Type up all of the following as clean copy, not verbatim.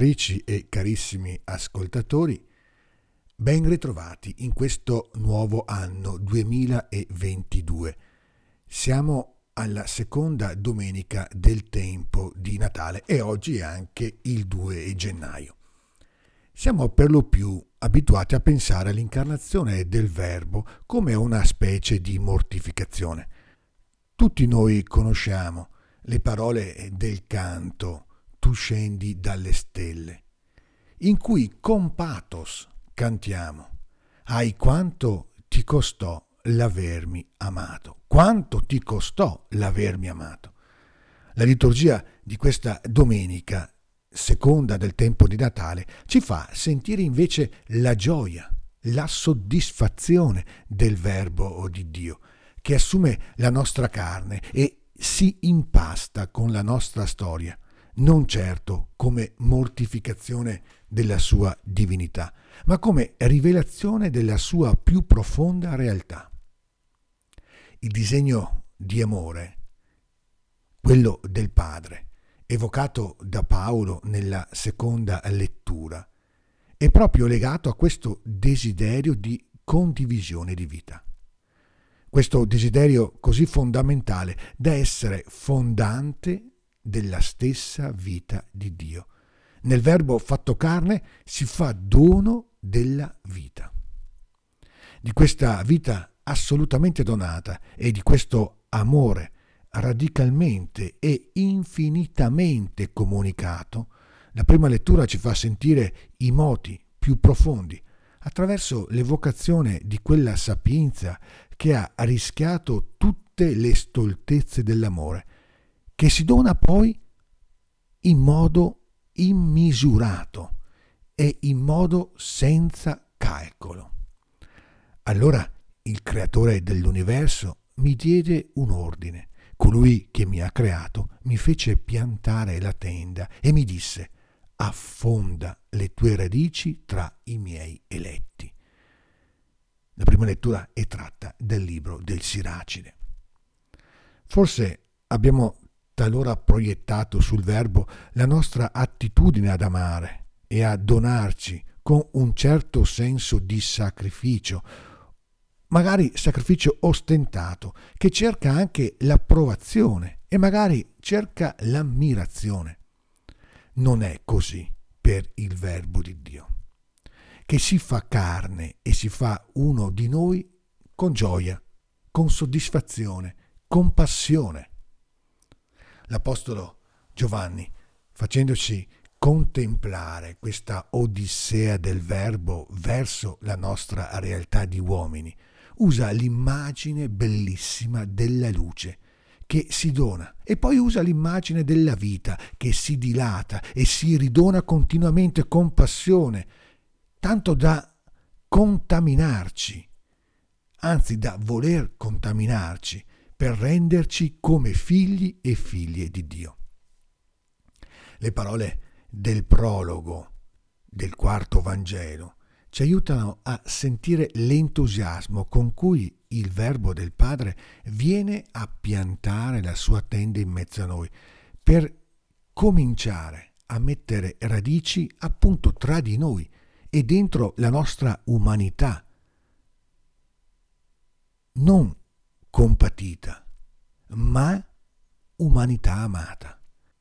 ascoltatrici e carissimi ascoltatori, ben ritrovati in questo nuovo anno 2022. Siamo alla seconda domenica del tempo di Natale e oggi è anche il 2 gennaio. Siamo per lo più abituati a pensare all'incarnazione del Verbo come una specie di mortificazione. Tutti noi conosciamo le parole del canto "Tu scendi dalle stelle", in cui con pathos cantiamo: «Ai quanto ti costò l'avermi amato, quanto ti costò l'avermi amato». La liturgia di questa domenica, seconda del tempo di Natale, ci fa sentire invece la gioia, la soddisfazione del Verbo di Dio, che assume la nostra carne e si impasta con la nostra storia, non certo come mortificazione della sua divinità, ma come rivelazione della sua più profonda realtà. Il disegno di amore, quello del Padre, evocato da Paolo nella seconda lettura, è proprio legato a questo desiderio di condivisione di vita. Questo desiderio così fondamentale da essere fondante della stessa vita di Dio. Nel Verbo fatto carne si fa dono della vita. Di questa vita assolutamente donata e di questo amore radicalmente e infinitamente comunicato, la prima lettura ci fa sentire i moti più profondi attraverso l'evocazione di quella sapienza che ha rischiato tutte le stoltezze dell'amore, che si dona poi in modo immisurato e in modo senza calcolo. Allora il creatore dell'universo mi diede un ordine. Colui che mi ha creato mi fece piantare la tenda e mi disse: affonda le tue radici tra i miei eletti. La prima lettura è tratta dal libro del Siracide. Forse abbiamo talora proiettato sul Verbo la nostra attitudine ad amare e a donarci con un certo senso di sacrificio, magari sacrificio ostentato, che cerca anche l'approvazione e magari cerca l'ammirazione. Non è così per il Verbo di Dio, che si fa carne e si fa uno di noi con gioia, con soddisfazione, con passione. L'Apostolo Giovanni, facendoci contemplare questa odissea del Verbo verso la nostra realtà di uomini, usa l'immagine bellissima della luce che si dona e poi usa l'immagine della vita che si dilata e si ridona continuamente con passione, tanto da contaminarci, anzi da voler contaminarci per renderci come figli e figlie di Dio. Le parole del prologo del quarto Vangelo ci aiutano a sentire l'entusiasmo con cui il Verbo del Padre viene a piantare la sua tenda in mezzo a noi, per cominciare a mettere radici appunto tra di noi e dentro la nostra umanità, non compatita, ma umanità amata.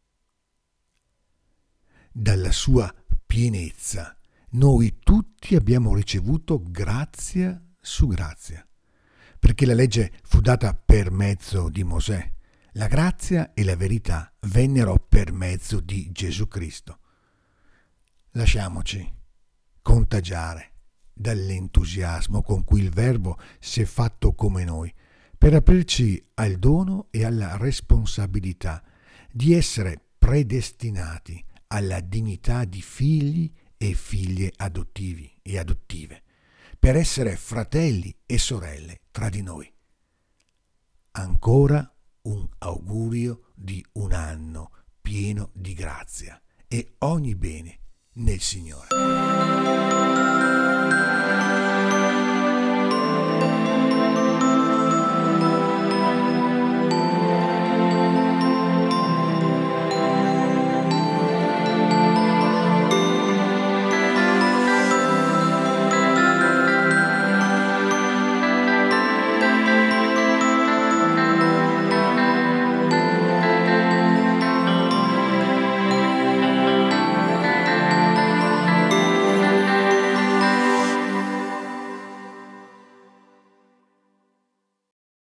Dalla sua pienezza noi tutti abbiamo ricevuto grazia su grazia, perché la legge fu data per mezzo di Mosè, la grazia e la verità vennero per mezzo di Gesù Cristo. Lasciamoci contagiare dall'entusiasmo con cui il Verbo si è fatto come noi, per aprirci al dono e alla responsabilità di essere predestinati alla dignità di figli e figlie adottivi e adottive, per essere fratelli e sorelle tra di noi. Ancora un augurio di un anno pieno di grazia e ogni bene nel Signore.